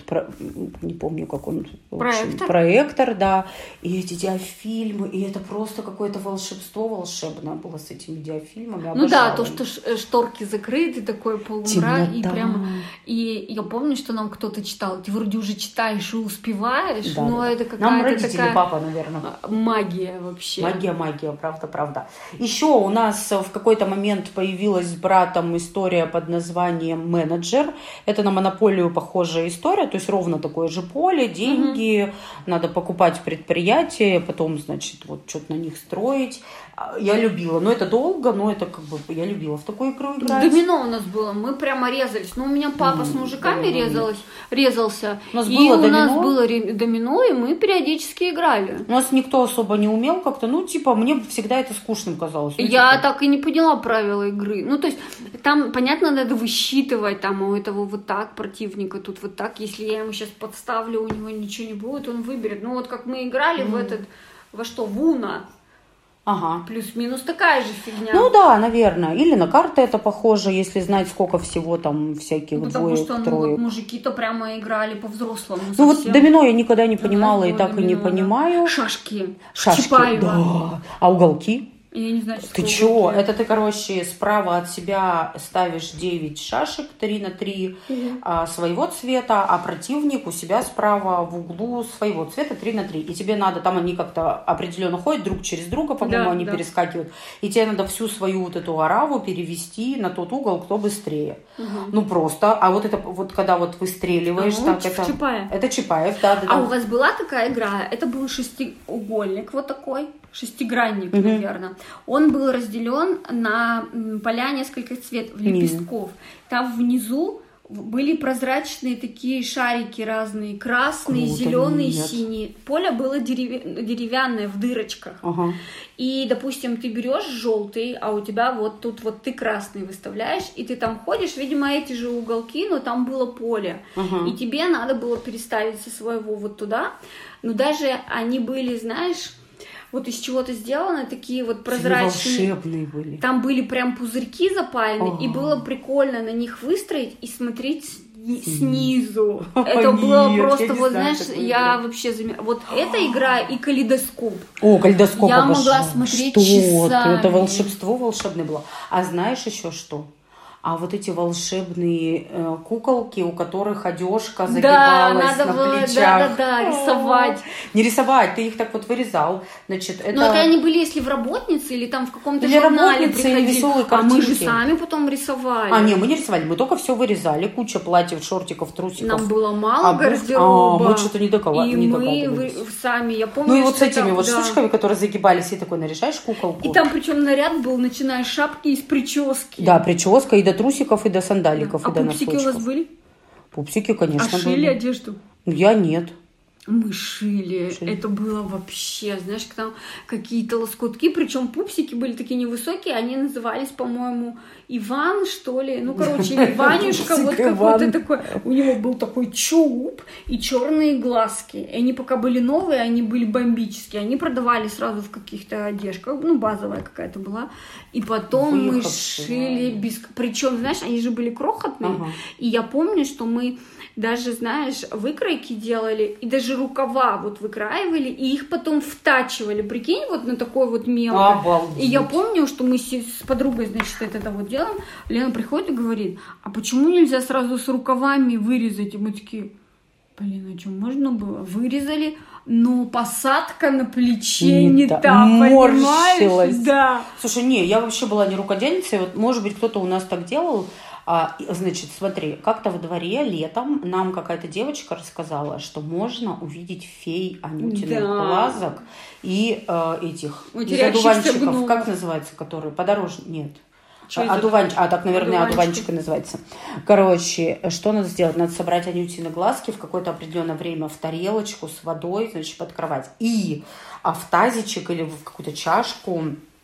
не помню, как он... Проектор? Проектор, да. И эти диафильмы, и это просто какое-то волшебство волшебное было с этими диафильмами. Ну да, то, что шторки закрыты, такой полумрак, и прямо... И я помню, что нам кто-то читал. Ты вроде уже читаешь и успеваешь, да, но да. это какая-то Нам родители, такая... папа, наверное. Магия вообще. Магия, магия. Правда, правда. Еще у нас в какой-то момент появилась с братом история под названием «Менеджер». Это на монополию похожая история, то есть ровно такое же поле, деньги, угу. надо покупать предприятия, потом, значит, вот что-то на них строить. Я любила, но это долго, но это как бы я любила в такую игру играть. Домино у нас было, мы прямо резались. Ну, у меня папа mm, с мужиками резалась, резался, у нас и было у домино. нас было домино, и мы периодически играли. У нас никто особо не умел как-то, ну, типа, мне всегда это скучным казалось. Ну, я типа... так и не поняла правила игры. Ну, то есть, там, понятно, надо высчитывать, там, у этого вот так противника, тут вот так. Если я ему сейчас подставлю, у него ничего не будет, он выберет. Ну, вот как мы играли mm. в этот, во что, в Уно. Ага. Плюс-минус такая же фигня. Ну да, наверное. Или на карты это похоже, если знать, сколько всего там всяких ну, двоек, потому что троек. Ну, мужики-то прямо играли по-взрослому. Ну совсем. вот домино я никогда не понимала и так домино, и не понимаю. Да. Шашки. Шашки, Чапаева. да. А уголки? Я не знаю, что Ты чё? Это ты, короче, справа от себя ставишь девять шашек, три на три угу. а, своего цвета, а противник у себя справа в углу своего цвета, три на три. И тебе надо, там они как-то определенно ходят друг через друга, по-моему, да, они да. перескакивают. И тебе надо всю свою вот эту ораву перевести на тот угол, кто быстрее. Угу. Ну просто. А вот это вот когда вот выстреливаешь, а, так ну, это... Чапаев. Это Чапаев, да, да. А да. у вас была такая игра? Это был шестиугольник вот такой. Шестигранник, угу. наверное. Он был разделен на поля нескольких цветов, лепестков. Там внизу были прозрачные такие шарики разные, красные, круто, зеленые, нет. синие. Поле было дерев... деревянное в дырочках. Ага. И, допустим, ты берешь желтый, а у тебя вот тут вот ты красный выставляешь, и ты там ходишь, видимо, эти же уголки, но там было поле. Ага. И тебе надо было переставить со своего вот туда. Но даже они были, знаешь... Вот из чего-то сделаны, такие вот прозрачные. Волшебные были. Там были прям пузырьки запаяны, О-о-о. И было прикольно на них выстроить и смотреть снизу. О, это нет, было просто, вот знаешь, я вообще зам... Вот эта игра и калейдоскоп. О, калейдоскоп Я обожаю. могла смотреть что часами. Это волшебство волшебное было. А знаешь еще что? А вот эти волшебные э, куколки, у которых одежка загибалась да, надо на было, плечах. Да, да, да, рисовать. Не рисовать, ты их так вот вырезал. Значит, это... Но это они были, если в работнице или там в каком-то или журнале работницы, или приходили. веселые А картинки. мы же сами потом рисовали. А, не, мы не рисовали, мы только все вырезали. Куча платьев, шортиков, трусиков. Нам было мало обувь. гардероба. А, мы что-то не, докова... и не мы догадывались. вы... сами, я помню, Ну и вот с этими там, вот да. штучками, которые загибались, и такой наряжаешь куколку. И там причем наряд был, начиная с шапки и с прически. Да, прическа и до трусиков, и до сандаликов, А и до пупсики носочков. у вас были? Пупсики, конечно, А шили были. одежду? Я нет. Мы шили. Шили. Это было вообще, знаешь, там какие-то лоскутки, причем пупсики были такие невысокие, они назывались, по-моему, Иван, что ли. Ну, короче, Иванюшка, вот какой-то такой. У него был такой чуб и черные глазки. И они пока были новые, они были бомбические. Они продавали сразу в каких-то одежках, ну, базовая какая-то была. И потом мы шили без... Причем, знаешь, они же были крохотные. Ага. И я помню, что мы даже, знаешь, выкройки делали, и даже рукава вот выкраивали, и их потом втачивали. Прикинь, вот на такой вот мелко. Обалдеть. И я помню, что мы с подругой, значит, это вот делаем. Лена приходит и говорит, а почему нельзя сразу с рукавами вырезать? И мы такие, блин, а что, можно было? Вырезали, но посадка на плече не, не та, та, понимаешь? Да. Слушай, не, я вообще была не рукодельницей, вот, может быть, кто-то у нас так делал. А, значит, смотри, как-то во дворе летом нам какая-то девочка рассказала, что можно увидеть фей анютиных Да. глазок и э, этих из Матерящихся одуванчиков, гномов. как называется, которые подорожные, нет. Что А, это? одуванч... а, так, наверное, Одуванчики. одуванчик и называется. Короче, что надо сделать? Надо собрать анютины глазки в какое-то определенное время в тарелочку с водой, значит, под кровать. И а в тазичек или в какую-то чашку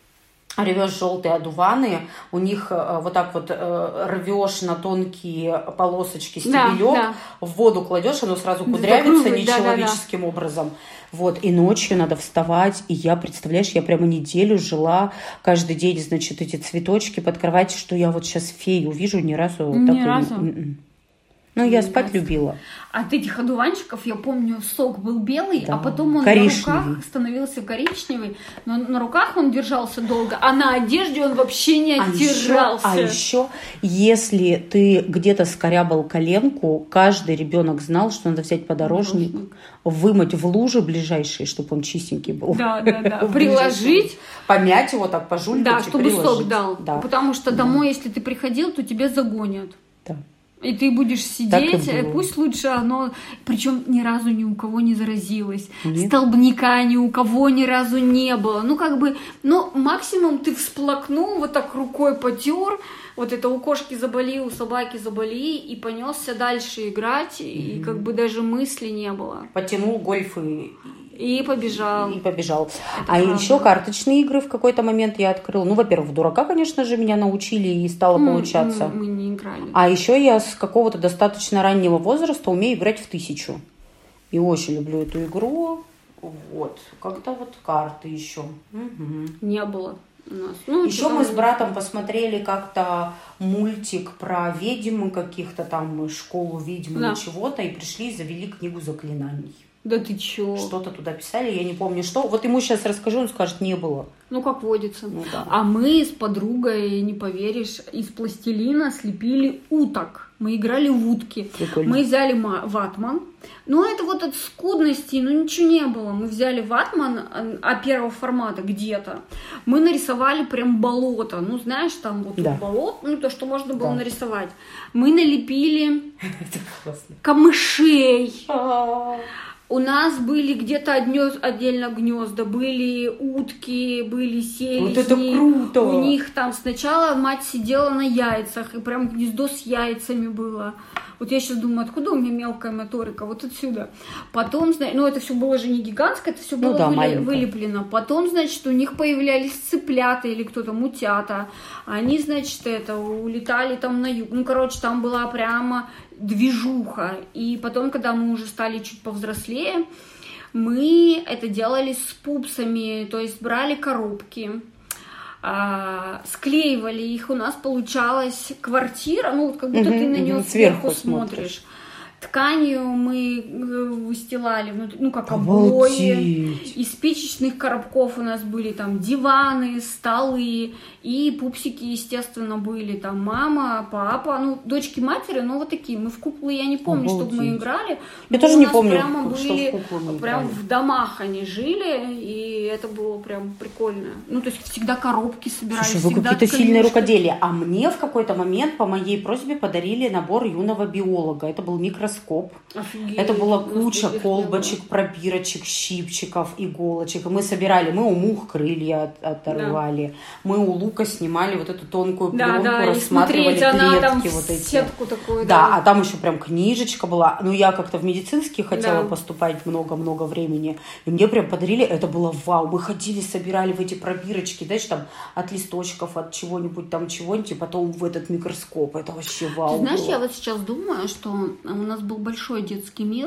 рвешь желтые одуваны, у них э, вот так вот э, рвешь на тонкие полосочки стебелек, Да, да. в воду кладешь, оно сразу кудрявится Закруживает, да, да, да. нечеловеческим образом. Вот, и ночью надо вставать, и я, представляешь, я прямо неделю жила, каждый день, значит, эти цветочки под кроватью, что я вот сейчас фею увижу, ни разу Ни так и- разу? м-м. Ну, я спать любила. От этих одуванчиков, я помню, сок был белый, Да. а потом он Коричневый. на руках становился коричневый, но на руках он держался долго, а на одежде он вообще не А еще, оттирался. а еще, если ты где-то скорябал коленку, каждый ребенок знал, что надо взять подорожник, Подорожник. вымыть в луже ближайшие, чтобы он чистенький был. Да, да, да. В Приложить. ближайшие. Помять его так, пожулькать Да, и чтобы приложить. сок дал. Да. Потому что домой, если ты приходил, то тебя загонят. Да. И ты будешь сидеть, Так и было. пусть лучше оно, причем ни разу ни у кого не заразилось, Нет. столбняка ни у кого ни разу не было. Ну как бы, ну максимум ты всплакнул, вот так рукой потер, вот это у кошки заболи, у собаки заболи, и понесся дальше играть, и Мгм. как бы даже мысли не было. Потянул гольф и, И побежал. и побежал. Это А правда. еще карточные игры в какой-то момент я открыла. Ну, во-первых, в дурака, конечно же, меня научили и стало М, получаться. м, Мы не играли. А еще я с какого-то достаточно раннего возраста умею играть в тысячу. И очень люблю эту игру. Вот. Как-то вот карты еще. Мгм. Не было у нас. Ну, Еще что-то мы с не братом было. посмотрели как-то мультик про ведьм, каких-то там школу ведьм Да. или чего-то, и пришли и завели книгу заклинаний. Да ты чё? Что-то туда писали, я не помню что. Вот ему сейчас расскажу, он скажет, не было. Ну, как водится. Ну да. А мы с подругой, не поверишь, из пластилина слепили уток. Мы играли в утки. Прикольно. Мы взяли ма- ватман. Но это вот от скудности, ну ничего не было. Мы взяли ватман а, а первого формата где-то. Мы нарисовали прям болото. Ну, знаешь, там вот Да. болото, ну то, что можно было Да. нарисовать. Мы налепили Это классно. камышей. А, У нас были где-то однё- отдельно гнезда, были утки, были селезни. Вот это круто! У них там сначала мать сидела на яйцах, и прям гнездо с яйцами было. Вот я сейчас думаю, откуда у меня мелкая моторика? Вот отсюда. Потом, зна- ну это все было же не гигантское, это все Ну было да, выли- маленькое. вылеплено. Потом, значит, у них появлялись цыплята или кто-то, мутята. Они, значит, это, улетали там на юг. Ну, короче, там была прямо движуха. И потом, когда мы уже стали чуть повзрослее, мы это делали с пупсами, то есть брали коробки, а, склеивали их, у нас получалась квартира, ну вот как будто Мгм, ты на мгм, нее сверху сверху смотришь. тканью мы выстилали, ну, как обои. Из спичечных коробков у нас были там диваны, столы, и пупсики, естественно, были. Там мама, папа, ну, дочки матери, но вот такие. Мы в куклы, я не помню, чтобы мы играли. Я тоже не помню, прямо как, были, что в куклы мы прям играли. В домах они жили, и это было прям прикольно. Ну, то есть всегда коробки собирали. Слушай, вы какие-то сильные рукоделия. А мне в какой-то момент по моей просьбе подарили набор юного биолога. Это был микроскоп. Офигеть. Это была куча колбочек, пробирочек, щипчиков, иголочек. И мы собирали, мы у мух крылья оторвали, да. Мы у лука снимали вот эту тонкую пленку, да, да, рассматривали клетки она там вот эти. Сетку такую, да, да. А там еще прям книжечка была. Ну, я как-то в медицинский хотела да. поступать много-много времени. И мне прям подарили, это было вау. Мы ходили, собирали в эти пробирочки, знаешь, там от листочков, от чего-нибудь там, чего-нибудь, и потом в этот микроскоп. Это вообще вау. Ты знаешь, было. Я вот сейчас думаю, что у нас был большой детский мир,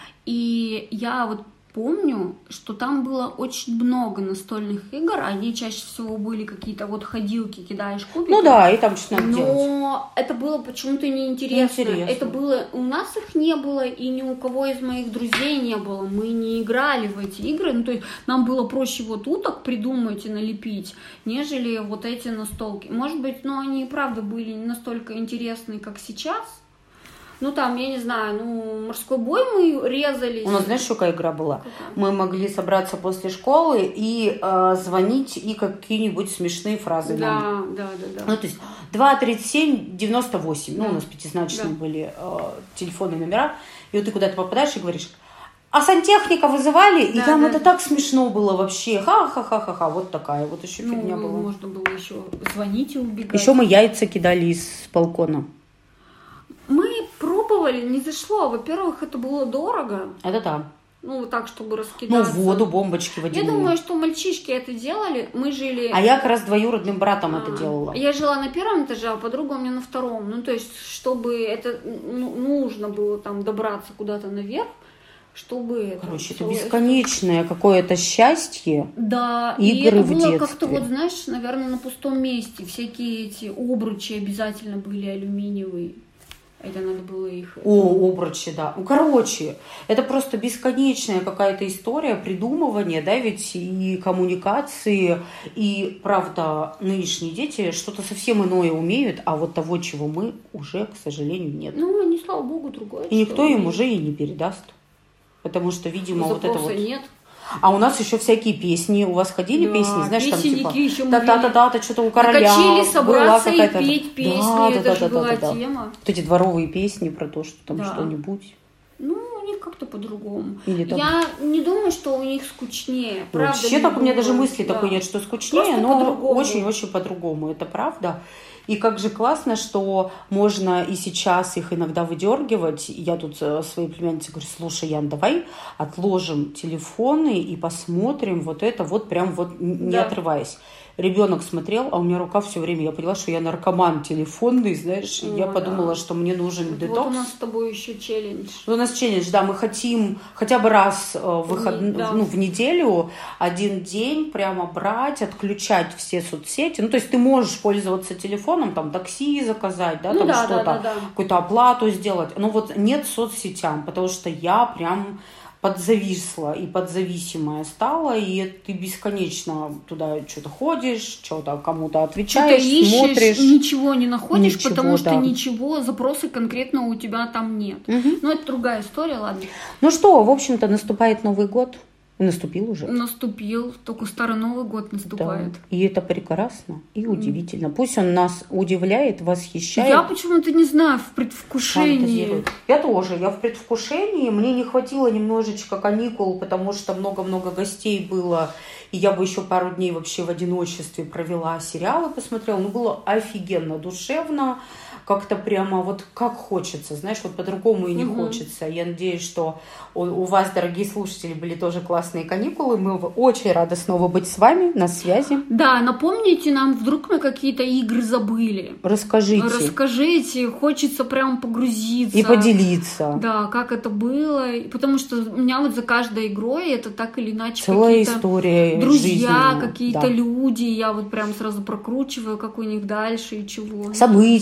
и я вот помню, что там было очень много настольных игр, они чаще всего были какие-то вот ходилки, кидаешь кубики. Ну да, и там что-то Но делать. это было почему-то неинтересно. Интересно. Это было, у нас их не было, и ни у кого из моих друзей не было. Мы не играли в эти игры, ну то есть нам было проще вот уток придумать и налепить, нежели вот эти настолки. Может быть, ну они и правда были не настолько интересные, как сейчас. Ну, там, я не знаю, ну, морской бой мы резали. У нас, знаешь, какая игра была? Какая? Мы могли собраться после школы и э, звонить и какие-нибудь смешные фразы да, нам. Да, да, да. Ну, то есть два тридцать семь девяносто восемь. Да. Ну, у нас пятизначные да. были э, телефонные номера. И вот ты куда-то попадаешь и говоришь: а сантехника вызывали? Да, и там да. это так смешно было вообще. Ха-ха-ха-ха-ха. Вот такая вот еще ну, фигня была. Можно было еще звонить и убегать. Еще мы яйца кидали из балкона. Мы пробовали, не зашло. Во-первых, это было дорого. Это да. Ну, вот так, чтобы раскидаться. Ну, воду, бомбочки водяные. Я думаю, что мальчишки это делали. Мы жили... А я как раз двоюродным братом а, это делала. Я жила на первом этаже, а подруга у меня на втором. Ну, то есть, чтобы это... Ну, нужно было там добраться куда-то наверх, чтобы... Короче, это, это бесконечное какое-то счастье. Да, игры и это в было детстве. Как-то вот, знаешь, наверное, на пустом месте. Всякие эти обручи обязательно были алюминиевые. Это надо было их... О, обручи, да. Ну, короче, это просто бесконечная какая-то история придумывания, да, ведь и коммуникации, и, правда, нынешние дети что-то совсем иное умеют, а вот того, чего мы, уже, к сожалению, нет. Ну, они, слава богу, другое. И никто им уже и не передаст. Потому что, видимо, запроса вот это вот... нет. А у нас еще всякие песни. У вас ходили да, песни, знаешь, там типа та-та-та-та, что-то у короля. Накачили собраться была и петь песни. Да, это да, же да, была да, да, тема. Вот эти дворовые песни про то, что там да. что-нибудь. Ну, у них как-то по-другому. Или там... Я не думаю, что у них скучнее. Ну, правда, вообще так думаю. у меня даже мысли да. такой нет, что скучнее, Просто но по-другому. очень-очень по-другому. Это правда. И как же классно, что можно и сейчас их иногда выдергивать. Я тут своей племяннице говорю: слушай, Ян, давай отложим телефоны и посмотрим вот это вот прям вот не да. отрываясь. Ребенок смотрел, а у меня рука все время, я поняла, что я наркоман телефонный, знаешь, О, я подумала, да. что мне нужен вот детокс. Вот у нас с тобой еще челлендж. Вот у нас челлендж, да, мы хотим хотя бы раз в, выход... да. ну, в неделю один день прямо брать, отключать все соцсети. Ну, то есть ты можешь пользоваться телефоном, там, такси заказать, да, ну, там да, что-то, да, да, да. какую-то оплату сделать. Но вот нет соцсетям, потому что я прям... подзависла и подзависимая стала, и ты бесконечно туда что-то ходишь, что-то кому-то отвечаешь, что-то ищешь, смотришь. Ничего не находишь, ничего, потому что да. ничего, запроса конкретно у тебя там нет. Угу. Но это другая история, ладно. Ну что, в общем-то, наступает Новый год. Наступил уже. Наступил, только Старый Новый год наступает. Да. И это прекрасно и удивительно. Пусть он нас удивляет, восхищает. Я почему-то не знаю, в предвкушении. Я тоже, я в предвкушении. Мне не хватило немножечко каникул, потому что много-много гостей было. И я бы еще пару дней вообще в одиночестве провела, сериалы посмотрела. Ну, было офигенно, душевно. Как-то прямо вот как хочется, знаешь, вот по-другому и не угу. хочется. Я надеюсь, что у, у вас, дорогие слушатели, были тоже классные каникулы. Мы очень рады снова быть с вами на связи. Да, напомните нам, вдруг мы какие-то игры забыли. Расскажите. Расскажите, хочется прям погрузиться. И поделиться. Да, как это было. Потому что у меня вот за каждой игрой это так или иначе целая какие-то история друзья, какие-то да. люди. Я вот прям сразу прокручиваю, как у них дальше и чего. События какие-то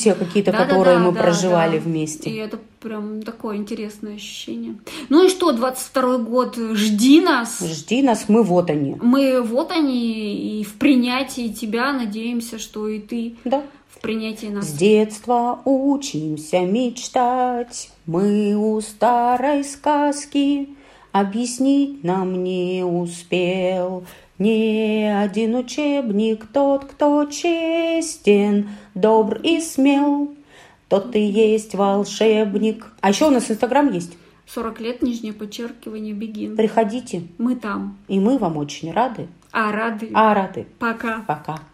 какие-то, да, которые да, мы да, проживали да. вместе. И это прям такое интересное ощущение. Ну и что, двадцать второй год, жди нас. Жди нас, мы вот они. Мы вот они, и в принятии тебя надеемся, что и ты да. в принятии нас. С детства учимся мечтать, мы у старой сказки, объяснить нам не успел ни один учебник. Тот, кто честен, добр и смел, тот и есть волшебник. А еще у нас Инстаграм есть. сорок лет, нижнее подчеркивание, Begin. Приходите. Мы там. И мы вам очень рады. А рады. А рады. Пока. Пока.